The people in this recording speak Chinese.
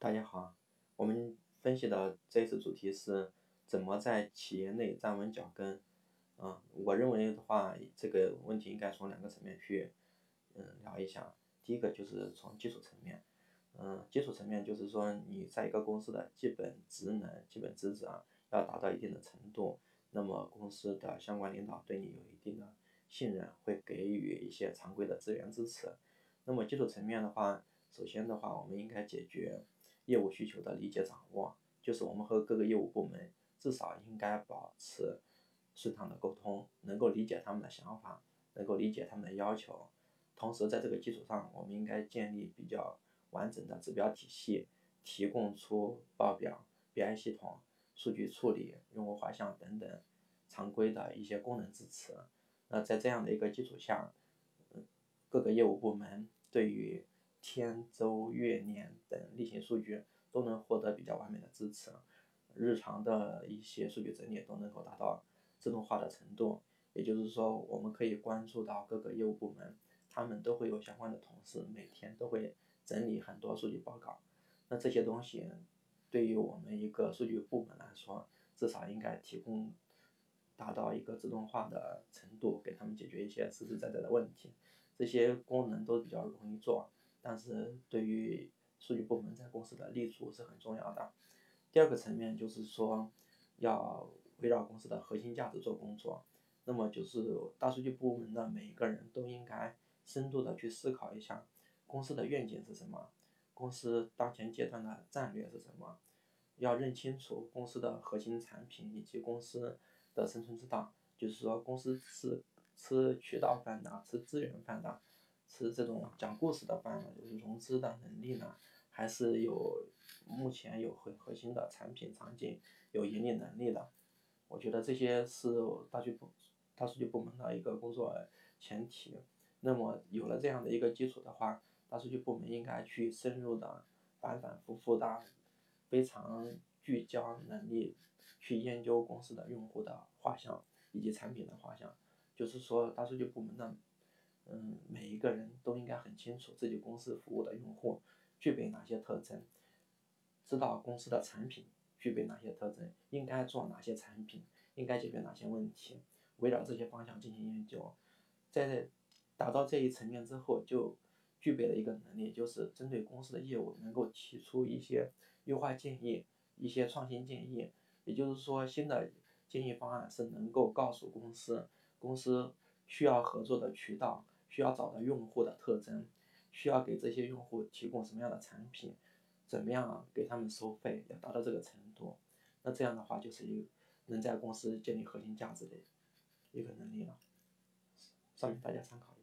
大家好，我们分析的这一次主题是怎么在企业内站稳脚跟。我认为的话，这个问题应该从两个层面去聊一下。第一个就是从基础层面，基础层面就是说你在一个公司的基本职能、基本职责要达到一定的程度，那么公司的相关领导对你有一定的信任，会给予一些常规的资源支持。那么基础层面的话，首先的话，我们应该解决业务需求的理解掌握，就是我们和各个业务部门至少应该保持顺畅的沟通，能够理解他们的想法，能够理解他们的要求。同时在这个基础上，我们应该建立比较完整的指标体系，提供出报表、BI 系统、数据处理、用户画像等等常规的一些功能支持。那在这样的一个基础下，各个业务部门对于天、周、月、年等例行数据都能获得比较完美的支持，日常的一些数据整理都能够达到自动化的程度。也就是说，我们可以关注到各个业务部门，他们都会有相关的同事，每天都会整理很多数据报告。那这些东西对于我们一个数据部门来说，至少应该提供达到一个自动化的程度，给他们解决一些实实在在的问题。这些功能都比较容易做，但是对于数据部门在公司的立足是很重要的。第二个层面就是说，要围绕公司的核心价值做工作。那么就是大数据部门的每一个人都应该深度的去思考一下，公司的愿景是什么，公司当前阶段的战略是什么，要认清楚公司的核心产品以及公司的生存之道。就是说，公司是吃渠道饭的，吃资源饭的，吃这种讲故事的饭的，就是融资的能力呢，还是目前有很核心的产品场景，有盈利能力的。我觉得这些是大数据部门的一个工作前提。那么有了这样的一个基础的话，大数据部门应该去深入的、反反复复的、非常聚焦能力去研究公司的用户的画像以及产品的画像。就是说，大数据部门的每一个人都应该很清楚自己公司服务的用户具备哪些特征，知道公司的产品具备哪些特征，应该做哪些产品，应该解决哪些问题，围绕这些方向进行研究。在达到这一层面之后，就具备了一个能力，就是针对公司的业务能够提出一些优化建议，一些创新建议。也就是说，新的建议方案是能够告诉公司需要合作的渠道，需要找到用户的特征，需要给这些用户提供什么样的产品，怎么样给他们收费，要达到这个程度。那这样的话，就是能在公司建立核心价值的一个能力了。上面大家参考一下。